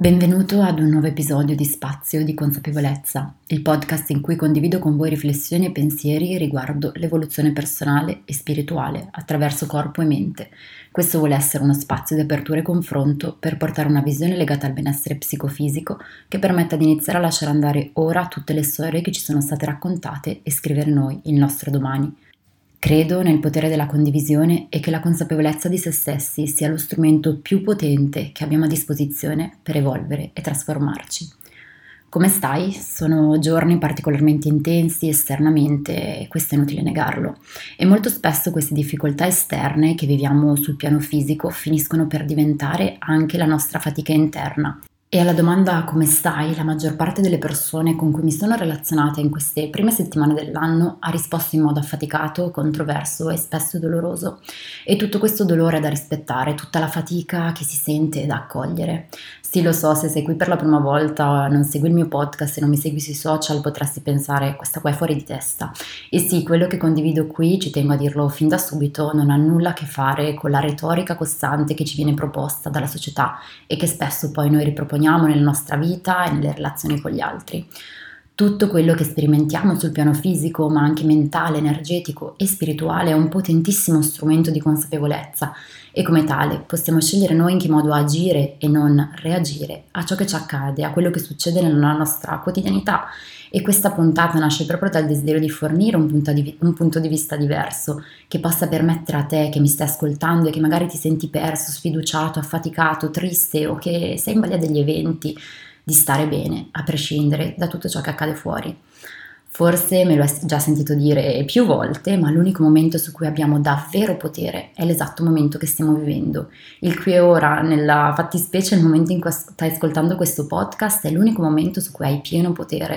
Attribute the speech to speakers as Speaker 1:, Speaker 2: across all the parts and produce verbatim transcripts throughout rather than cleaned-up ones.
Speaker 1: Benvenuto ad un nuovo episodio di Spazio di Consapevolezza, il podcast in cui condivido con voi riflessioni e pensieri riguardo l'evoluzione personale e spirituale attraverso corpo e mente. Questo vuole essere uno spazio di apertura e confronto per portare una visione legata al benessere psicofisico che permetta di iniziare a lasciare andare ora tutte le storie che ci sono state raccontate e scrivere noi il nostro domani. Credo nel potere della condivisione e che la consapevolezza di se stessi sia lo strumento più potente che abbiamo a disposizione per evolvere e trasformarci. Come stai? Sono giorni particolarmente intensi esternamente e questo è inutile negarlo. E molto spesso queste difficoltà esterne che viviamo sul piano fisico finiscono per diventare anche la nostra fatica interna. E alla domanda come stai, la maggior parte delle persone con cui mi sono relazionata in queste prime settimane dell'anno ha risposto in modo affaticato, controverso e spesso doloroso. E tutto questo dolore è da rispettare, tutta la fatica che si sente è da accogliere. Sì, lo so, se sei qui per la prima volta, non segui il mio podcast e non mi segui sui social, potresti pensare questa qua è fuori di testa. E sì, quello che condivido qui, ci tengo a dirlo fin da subito, non ha nulla a che fare con la retorica costante che ci viene proposta dalla società e che spesso poi noi riproponiamo nella nostra vita e nelle relazioni con gli altri. Tutto quello che sperimentiamo sul piano fisico, ma anche mentale, energetico e spirituale, è un potentissimo strumento di consapevolezza e come tale possiamo scegliere noi in che modo agire e non reagire a ciò che ci accade, a quello che succede nella nostra quotidianità. E questa puntata nasce proprio dal desiderio di fornire un punto di, un punto di vista diverso, che possa permettere a te che mi stai ascoltando e che magari ti senti perso, sfiduciato, affaticato, triste o che sei in balia degli eventi, di stare bene, a prescindere da tutto ciò che accade fuori. Forse me lo hai già sentito dire più volte, ma l'unico momento su cui abbiamo davvero potere è l'esatto momento che stiamo vivendo. Il qui e ora, nella fattispecie, nel momento in cui stai ascoltando questo podcast, è l'unico momento su cui hai pieno potere.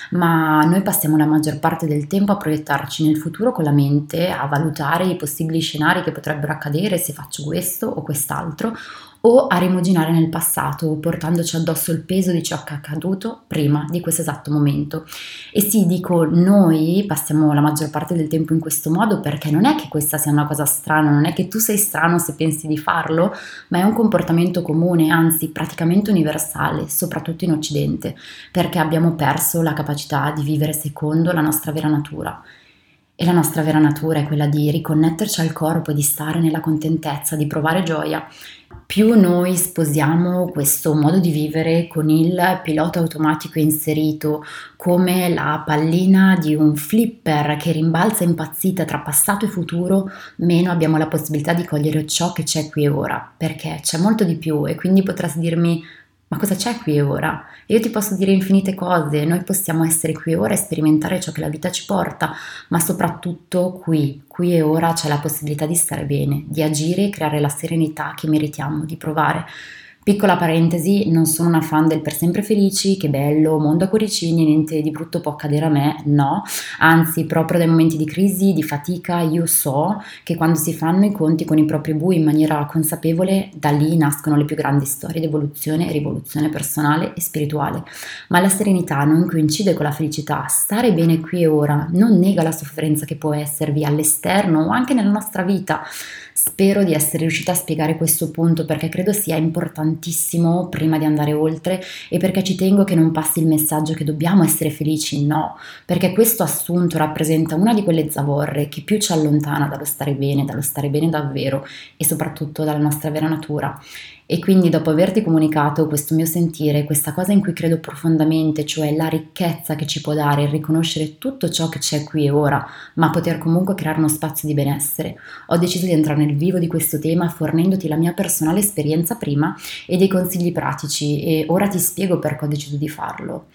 Speaker 1: Ma noi passiamo la maggior parte del tempo a proiettarci nel futuro con la mente, a valutare i possibili scenari che potrebbero accadere se faccio questo o quest'altro, o a rimuginare nel passato, portandoci addosso il peso di ciò che è accaduto prima di questo esatto momento. E sì, dico noi passiamo la maggior parte del tempo in questo modo perché non è che questa sia una cosa strana, non è che tu sei strano se pensi di farlo, ma è un comportamento comune, anzi praticamente universale, soprattutto in Occidente, perché abbiamo perso la capacità di vivere secondo la nostra vera natura. E la nostra vera natura è quella di riconnetterci al corpo, di stare nella contentezza, di provare gioia. Più noi sposiamo questo modo di vivere con il pilota automatico inserito, come la pallina di un flipper che rimbalza impazzita tra passato e futuro, meno abbiamo la possibilità di cogliere ciò che c'è qui e ora, perché c'è molto di più e quindi potresti dirmi ma cosa c'è qui e ora? E io ti posso dire infinite cose, noi possiamo essere qui e ora e sperimentare ciò che la vita ci porta, ma soprattutto qui, qui e ora c'è la possibilità di stare bene, di agire e creare la serenità che meritiamo di provare. Piccola parentesi, non sono una fan del per sempre felici, che bello, mondo a cuoricini, niente di brutto può accadere a me, no, anzi proprio dai momenti di crisi, di fatica, io so che quando si fanno i conti con i propri bui in maniera consapevole, da lì nascono le più grandi storie di evoluzione e rivoluzione personale e spirituale, ma la serenità non coincide con la felicità, stare bene qui e ora non nega la sofferenza che può esservi all'esterno o anche nella nostra vita. Spero di essere riuscita a spiegare questo punto perché credo sia importantissimo prima di andare oltre e perché ci tengo che non passi il messaggio che dobbiamo essere felici, no, perché questo assunto rappresenta una di quelle zavorre che più ci allontana dallo stare bene, dallo stare bene davvero e soprattutto dalla nostra vera natura. E quindi dopo averti comunicato questo mio sentire, questa cosa in cui credo profondamente, cioè la ricchezza che ci può dare il riconoscere tutto ciò che c'è qui e ora, ma poter comunque creare uno spazio di benessere, ho deciso di entrare nel vivo di questo tema fornendoti la mia personale esperienza prima e dei consigli pratici e ora ti spiego perché ho deciso di farlo.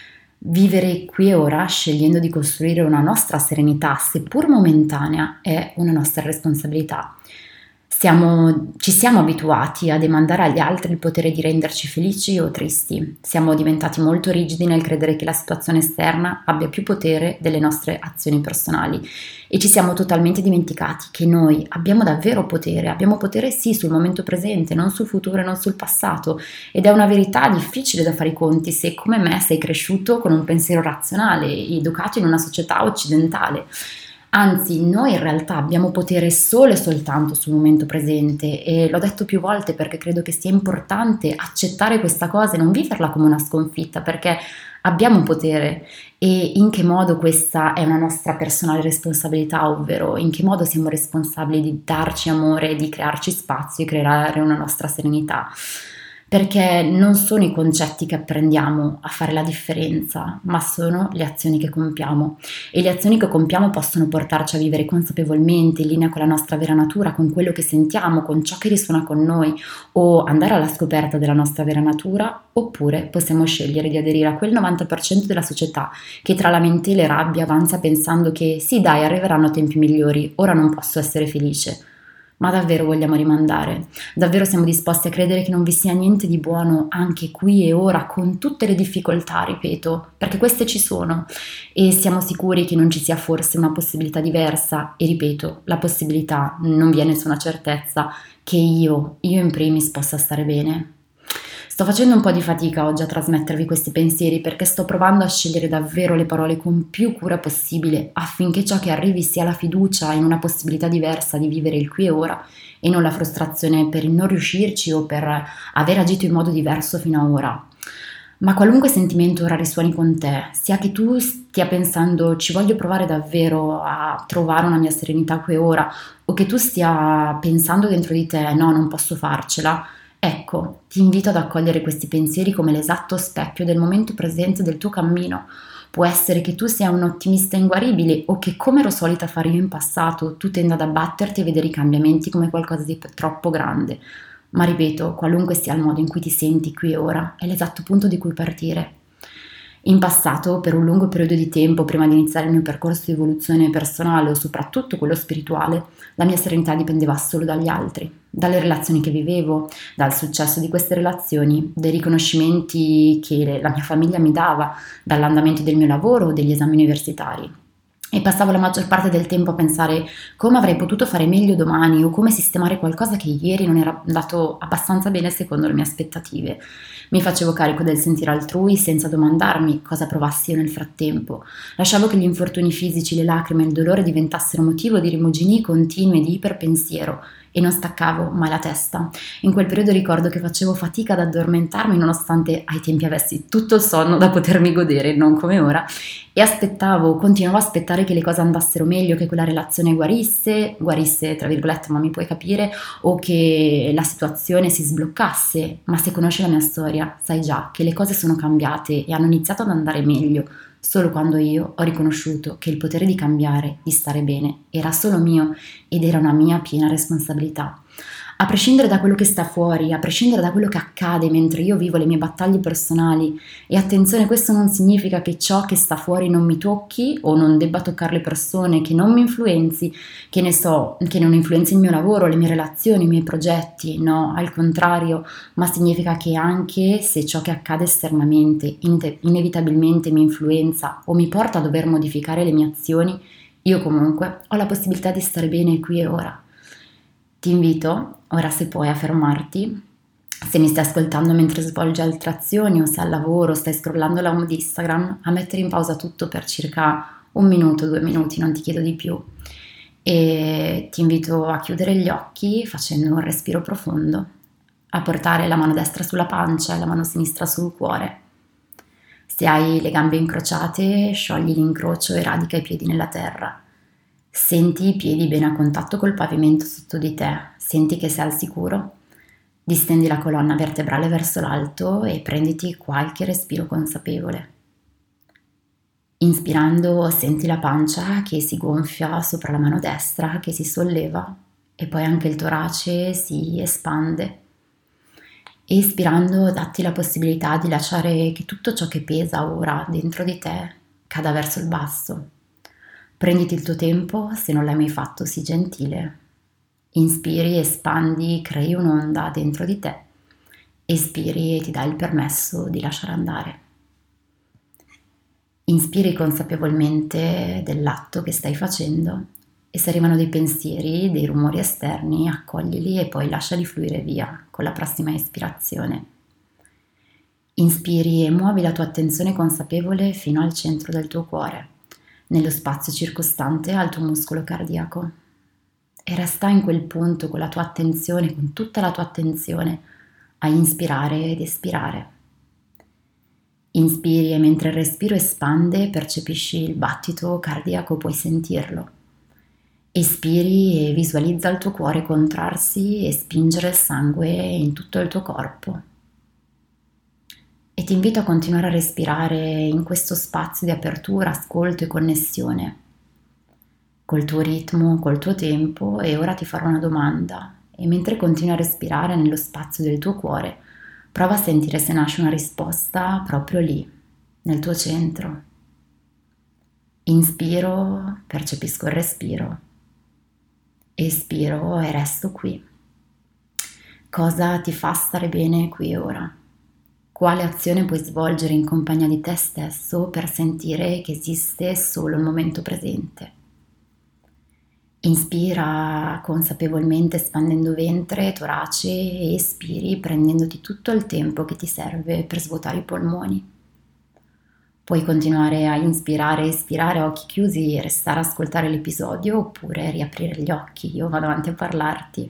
Speaker 1: Vivere qui e ora, scegliendo di costruire una nostra serenità, seppur momentanea, è una nostra responsabilità. Siamo, ci siamo abituati a demandare agli altri il potere di renderci felici o tristi. Siamo diventati molto rigidi nel credere che la situazione esterna abbia più potere delle nostre azioni personali e ci siamo totalmente dimenticati che noi abbiamo davvero potere, abbiamo potere sì sul momento presente, non sul futuro e non sul passato, ed è una verità difficile da fare i conti se come me sei cresciuto con un pensiero razionale, educato in una società occidentale. Anzi, noi in realtà abbiamo potere solo e soltanto sul momento presente e l'ho detto più volte perché credo che sia importante accettare questa cosa e non viverla come una sconfitta, perché abbiamo potere e in che modo questa è una nostra personale responsabilità, ovvero in che modo siamo responsabili di darci amore, di crearci spazio e creare una nostra serenità. Perché non sono i concetti che apprendiamo a fare la differenza, ma sono le azioni che compiamo. E le azioni che compiamo possono portarci a vivere consapevolmente, in linea con la nostra vera natura, con quello che sentiamo, con ciò che risuona con noi, o andare alla scoperta della nostra vera natura, oppure possiamo scegliere di aderire a quel novanta per cento della società che tra lamentele e rabbia avanza pensando che sì dai, arriveranno tempi migliori, ora non posso essere felice. Ma davvero vogliamo rimandare? Davvero siamo disposti a credere che non vi sia niente di buono anche qui e ora, con tutte le difficoltà, ripeto, perché queste ci sono, e siamo sicuri che non ci sia forse una possibilità diversa, e ripeto, la possibilità non viene su una certezza, che io, io in primis possa stare bene. Sto facendo un po' di fatica oggi a trasmettervi questi pensieri perché sto provando a scegliere davvero le parole con più cura possibile affinché ciò che arrivi sia la fiducia in una possibilità diversa di vivere il qui e ora e non la frustrazione per il non riuscirci o per aver agito in modo diverso fino ad ora. Ma qualunque sentimento ora risuoni con te, sia che tu stia pensando ci voglio provare davvero a trovare una mia serenità qui e ora, o che tu stia pensando dentro di te no, non posso farcela, ecco, ti invito ad accogliere questi pensieri come l'esatto specchio del momento presente del tuo cammino. Può essere che tu sia un ottimista inguaribile o che, come ero solita fare io in passato, tu tenda ad abbatterti e vedere i cambiamenti come qualcosa di troppo grande. Ma ripeto, qualunque sia il modo in cui ti senti qui e ora, è l'esatto punto di cui partire. In passato, per un lungo periodo di tempo, prima di iniziare il mio percorso di evoluzione personale o soprattutto quello spirituale, la mia serenità dipendeva solo dagli altri, dalle relazioni che vivevo, dal successo di queste relazioni, dai riconoscimenti che la mia famiglia mi dava, dall'andamento del mio lavoro o degli esami universitari. E passavo la maggior parte del tempo a pensare come avrei potuto fare meglio domani o come sistemare qualcosa che ieri non era andato abbastanza bene secondo le mie aspettative. Mi facevo carico del sentire altrui senza domandarmi cosa provassi io nel frattempo. Lasciavo che gli infortuni fisici, le lacrime e il dolore diventassero motivo di rimuginii continui e di iperpensiero e non staccavo mai la testa. In quel periodo ricordo che facevo fatica ad addormentarmi nonostante ai tempi avessi tutto il sonno da potermi godere, non come ora, e aspettavo, continuavo a aspettare che le cose andassero meglio, che quella relazione guarisse, guarisse tra virgolette, ma mi puoi capire, o che la situazione si sbloccasse. Ma se conosci la mia storia, sai già che le cose sono cambiate e hanno iniziato ad andare meglio solo quando io ho riconosciuto che il potere di cambiare, di stare bene, era solo mio ed era una mia piena responsabilità. A prescindere da quello che sta fuori, a prescindere da quello che accade mentre io vivo le mie battaglie personali, e attenzione, questo non significa che ciò che sta fuori non mi tocchi o non debba toccare le persone, che non mi influenzi, che ne so, che non influenzi il mio lavoro, le mie relazioni, i miei progetti, no, al contrario, ma significa che anche se ciò che accade esternamente ine- inevitabilmente mi influenza o mi porta a dover modificare le mie azioni, io comunque ho la possibilità di stare bene qui e ora. Ti invito, ora se puoi, a fermarti, se mi stai ascoltando mentre svolgi altre azioni o se al lavoro stai scrollando la home di Instagram, a mettere in pausa tutto per circa un minuto, due minuti, non ti chiedo di più. E ti invito a chiudere gli occhi facendo un respiro profondo, a portare la mano destra sulla pancia e la mano sinistra sul cuore. Se hai le gambe incrociate, sciogli l'incrocio e radica i piedi nella terra. Senti i piedi bene a contatto col pavimento sotto di te, senti che sei al sicuro. Distendi la colonna vertebrale verso l'alto e prenditi qualche respiro consapevole. Inspirando senti la pancia che si gonfia sopra la mano destra, che si solleva, e poi anche il torace si espande. Espirando datti la possibilità di lasciare che tutto ciò che pesa ora dentro di te cada verso il basso. Prenditi il tuo tempo, se non l'hai mai fatto, sii gentile. Inspiri, espandi, crei un'onda dentro di te. Espiri e ti dai il permesso di lasciare andare. Inspiri consapevolmente dell'atto che stai facendo e se arrivano dei pensieri, dei rumori esterni, accoglili e poi lasciali fluire via con la prossima ispirazione. Inspiri e muovi la tua attenzione consapevole fino al centro del tuo cuore. nello spazio circostante al tuo muscolo cardiaco e resta in quel punto con la tua attenzione, con tutta la tua attenzione a inspirare ed espirare. Inspiri e mentre il respiro espande percepisci il battito cardiaco, puoi sentirlo. Espiri e visualizza il tuo cuore contrarsi e spingere il sangue in tutto il tuo corpo. E ti invito a continuare a respirare in questo spazio di apertura, ascolto e connessione, col tuo ritmo, col tuo tempo, e ora ti farò una domanda e mentre continui a respirare nello spazio del tuo cuore, prova a sentire se nasce una risposta proprio lì, nel tuo centro. Inspiro, percepisco il respiro. Espiro e resto qui. Cosa ti fa stare bene qui e ora? Quale azione puoi svolgere in compagnia di te stesso per sentire che esiste solo il momento presente? Inspira consapevolmente espandendo ventre, torace e espiri prendendoti tutto il tempo che ti serve per svuotare i polmoni. Puoi continuare a inspirare e espirare a occhi chiusi e restare a ascoltare l'episodio oppure riaprire gli occhi, io vado avanti a parlarti.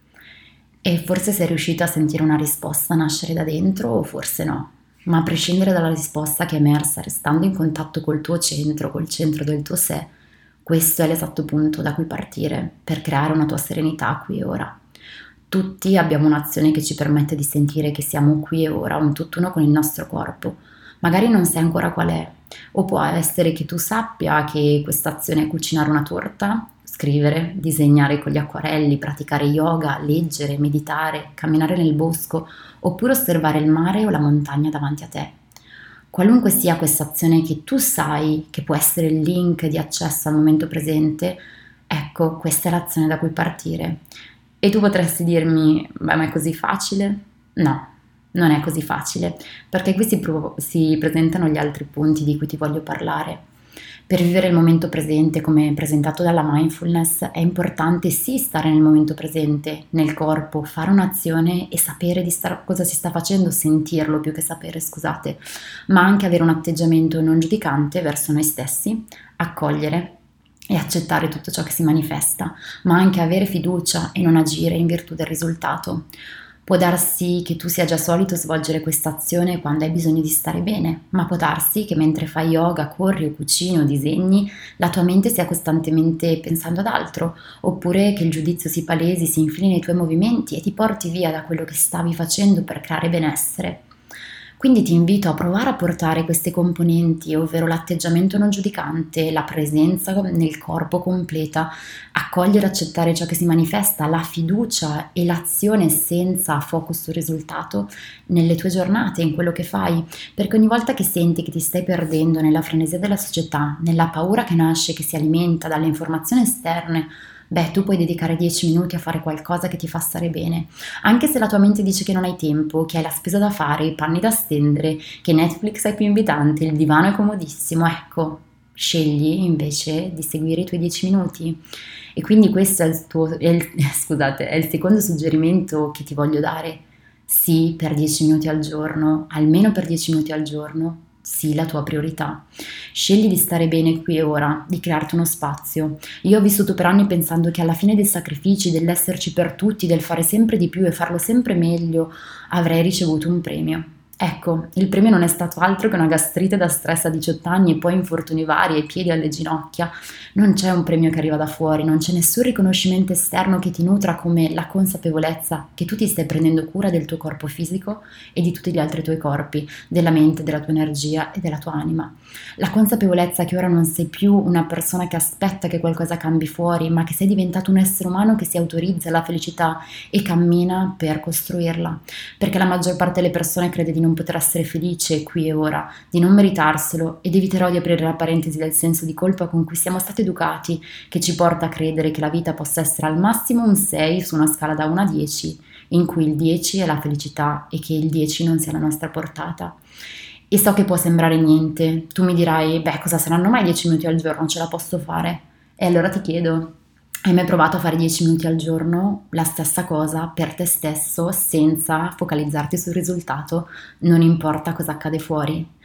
Speaker 1: E forse sei riuscito a sentire una risposta nascere da dentro o forse no, ma a prescindere dalla risposta che è emersa restando in contatto col tuo centro, col centro del tuo sé, questo è l'esatto punto da cui partire per creare una tua serenità qui e ora. Tutti abbiamo un'azione che ci permette di sentire che siamo qui e ora, un tutt'uno con il nostro corpo. Magari non sai ancora qual è, o può essere che tu sappia che questa azione è cucinare una torta, scrivere, disegnare con gli acquarelli, praticare yoga, leggere, meditare, camminare nel bosco, oppure osservare il mare o la montagna davanti a te. Qualunque sia questa azione che tu sai che può essere il link di accesso al momento presente, ecco, questa è l'azione da cui partire. E tu potresti dirmi, beh, ma è così facile? No, non è così facile, perché qui si, pro- si presentano gli altri punti di cui ti voglio parlare. Per vivere il momento presente, come presentato dalla mindfulness, è importante sì stare nel momento presente, nel corpo, fare un'azione e sapere di star- cosa si sta facendo, sentirlo più che sapere, scusate, ma anche avere un atteggiamento non giudicante verso noi stessi, accogliere e accettare tutto ciò che si manifesta, ma anche avere fiducia e non agire in virtù del risultato. Può darsi che tu sia già solito svolgere questa azione quando hai bisogno di stare bene, ma può darsi che mentre fai yoga, corri o cucini o disegni, la tua mente sia costantemente pensando ad altro, oppure che il giudizio si palesi, si infili nei tuoi movimenti e ti porti via da quello che stavi facendo per creare benessere. Quindi ti invito a provare a portare queste componenti, ovvero l'atteggiamento non giudicante, la presenza nel corpo completa, accogliere e accettare ciò che si manifesta, la fiducia e l'azione senza focus sul risultato nelle tue giornate, in quello che fai, perché ogni volta che senti che ti stai perdendo nella frenesia della società, nella paura che nasce, che si alimenta dalle informazioni esterne, beh, tu puoi dedicare dieci minuti a fare qualcosa che ti fa stare bene, anche se la tua mente dice che non hai tempo, che hai la spesa da fare, i panni da stendere, che Netflix è più invitante, il divano è comodissimo, ecco, scegli invece di seguire i tuoi dieci minuti. E quindi questo è il tuo, è il, scusate, è il secondo suggerimento che ti voglio dare. Sì, per dieci minuti al giorno, almeno per dieci minuti al giorno, sì, la tua priorità. Scegli di stare bene qui e ora, di crearti uno spazio. Io ho vissuto per anni pensando che alla fine dei sacrifici, dell'esserci per tutti, del fare sempre di più e farlo sempre meglio, avrei ricevuto un premio. Ecco, il premio non è stato altro che una gastrite da stress a diciotto anni e poi infortuni vari ai piedi e alle ginocchia. Non c'è un premio che arriva da fuori, non c'è nessun riconoscimento esterno che ti nutra come la consapevolezza che tu ti stai prendendo cura del tuo corpo fisico e di tutti gli altri tuoi corpi, della mente, della tua energia e della tua anima. La consapevolezza che ora non sei più una persona che aspetta che qualcosa cambi fuori, ma che sei diventato un essere umano che si autorizza la felicità e cammina per costruirla. Perché la maggior parte delle persone crede di non poter essere felice qui e ora, di non meritarselo, ed eviterò di aprire la parentesi del senso di colpa con cui siamo stati educati, che ci porta a credere che la vita possa essere al massimo un sei su una scala da uno a dieci, in cui il dieci è la felicità e che il dieci non sia la nostra portata. E so che può sembrare niente, tu mi dirai, beh, cosa saranno mai dieci minuti al giorno, ce la posso fare? E allora ti chiedo, hai mai provato a fare dieci minuti al giorno la stessa cosa per te stesso senza focalizzarti sul risultato, non importa cosa accade fuori?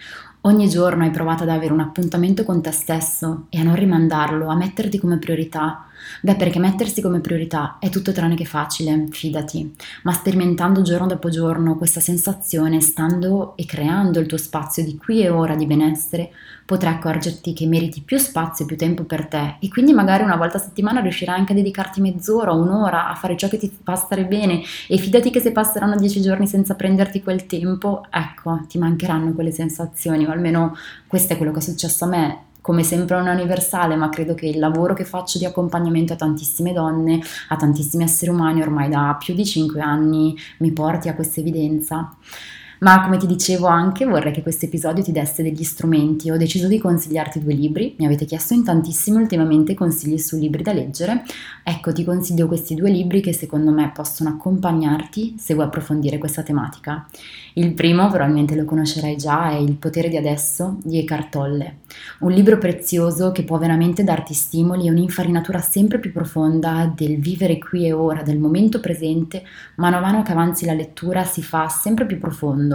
Speaker 1: Ogni giorno hai provato ad avere un appuntamento con te stesso e a non rimandarlo, a metterti come priorità? Beh, perché mettersi come priorità è tutto tranne che facile, fidati, ma sperimentando giorno dopo giorno questa sensazione, stando e creando il tuo spazio di qui e ora di benessere, potrai accorgerti che meriti più spazio e più tempo per te e quindi magari una volta a settimana riuscirai anche a dedicarti mezz'ora o un'ora a fare ciò che ti fa stare bene e fidati che se passeranno dieci giorni senza prenderti quel tempo, ecco, ti mancheranno quelle sensazioni, o almeno questo è quello che è successo a me. Come sempre non è universale, ma credo che il lavoro che faccio di accompagnamento a tantissime donne, a tantissimi esseri umani ormai da più di cinque anni mi porti a questa evidenza. Ma come ti dicevo anche vorrei che questo episodio ti desse degli strumenti. Ho deciso di consigliarti due libri, mi avete chiesto in tantissimo ultimamente consigli su libri da leggere. Ecco, ti consiglio questi due libri che secondo me possono accompagnarti se vuoi approfondire questa tematica. Il primo, probabilmente lo conoscerai già, è Il potere di adesso di Eckhart Tolle, un libro prezioso che può veramente darti stimoli e un'infarinatura sempre più profonda del vivere qui e ora, del momento presente. Mano a mano che avanzi la lettura si fa sempre più profondo.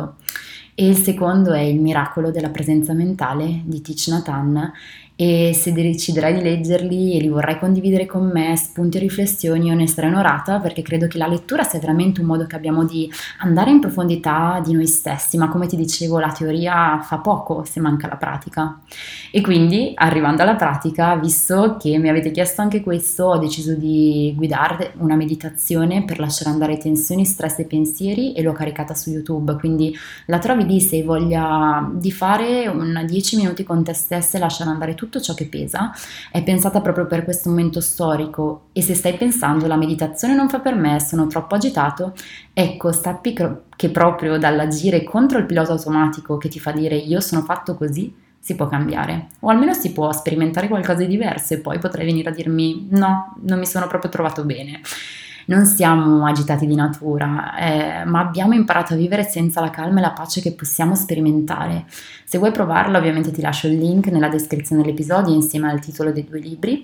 Speaker 1: E il secondo è Il miracolo della presenza mentale di Thich Nhat Hanh, e se deciderai di leggerli e li vorrai condividere con me, spunti e riflessioni, io ne sarei onorata, perché credo che la lettura sia veramente un modo che abbiamo di andare in profondità di noi stessi, ma come ti dicevo la teoria fa poco se manca la pratica. E quindi arrivando alla pratica, visto che mi avete chiesto anche questo, ho deciso di guidare una meditazione per lasciare andare tensioni, stress e pensieri e l'ho caricata su YouTube, quindi la trovi lì se hai voglia di fare un dieci minuti con te stessa e lasciare andare tutto ciò che pesa. È pensata proprio per questo momento storico e se stai pensando la meditazione non fa per me, sono troppo agitato, ecco, sappi che proprio dall'agire contro il pilota automatico che ti fa dire io sono fatto così, si può cambiare, o almeno si può sperimentare qualcosa di diverso e poi potrai venire a dirmi no, non mi sono proprio trovato bene. Non siamo agitati di natura, eh, ma abbiamo imparato a vivere senza la calma e la pace che possiamo sperimentare. Se vuoi provarla, ovviamente ti lascio il link nella descrizione dell'episodio insieme al titolo dei due libri,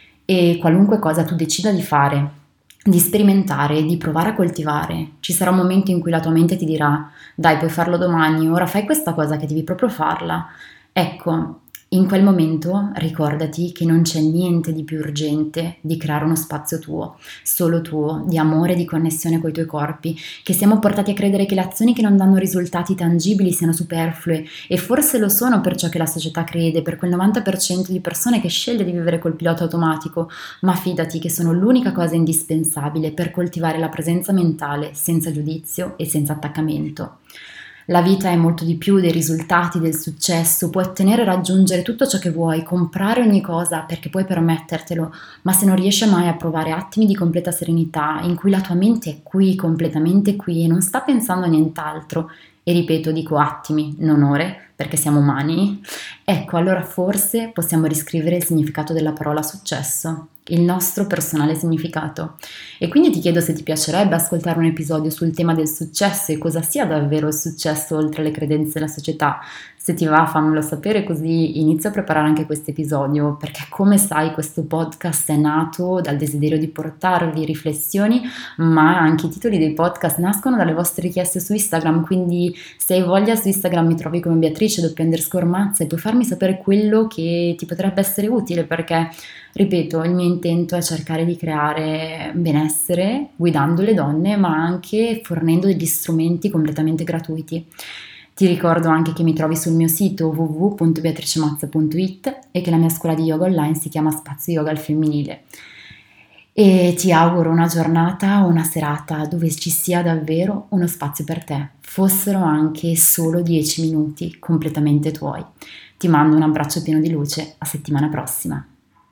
Speaker 1: e qualunque cosa tu decida di fare, di sperimentare, di provare a coltivare, ci sarà un momento in cui la tua mente ti dirà dai, puoi farlo domani, ora fai questa cosa che devi proprio farla. Ecco, in quel momento ricordati che non c'è niente di più urgente di creare uno spazio tuo, solo tuo, di amore e di connessione coi tuoi corpi, che siamo portati a credere che le azioni che non danno risultati tangibili siano superflue, e forse lo sono per ciò che la società crede, per quel novanta per cento di persone che sceglie di vivere col pilota automatico, ma fidati che sono l'unica cosa indispensabile per coltivare la presenza mentale senza giudizio e senza attaccamento. La vita è molto di più dei risultati, del successo, puoi ottenere e raggiungere tutto ciò che vuoi, comprare ogni cosa perché puoi permettertelo, ma se non riesci mai a provare attimi di completa serenità in cui la tua mente è qui, completamente qui e non sta pensando a nient'altro, e ripeto, dico attimi, non ore, perché siamo umani, ecco, allora forse possiamo riscrivere il significato della parola successo, il nostro personale significato. E quindi ti chiedo se ti piacerebbe ascoltare un episodio sul tema del successo e cosa sia davvero il successo oltre le credenze della società. Se ti va, fammelo sapere, così inizio a preparare anche questo episodio, perché come sai questo podcast è nato dal desiderio di portarvi riflessioni, ma anche i titoli dei podcast nascono dalle vostre richieste su Instagram, quindi se hai voglia su Instagram mi trovi come Beatrice doppio underscore Mazza e puoi farmi sapere quello che ti potrebbe essere utile, perché ripeto, il mio intento è cercare di creare benessere guidando le donne, ma anche fornendo degli strumenti completamente gratuiti. Ti ricordo anche che mi trovi sul mio sito w w w punto beatricemazza punto i t e che la mia scuola di yoga online si chiama Spazio Yoga al Femminile. E ti auguro una giornata o una serata dove ci sia davvero uno spazio per te, fossero anche solo dieci minuti completamente tuoi. Ti mando un abbraccio pieno di luce, a settimana prossima.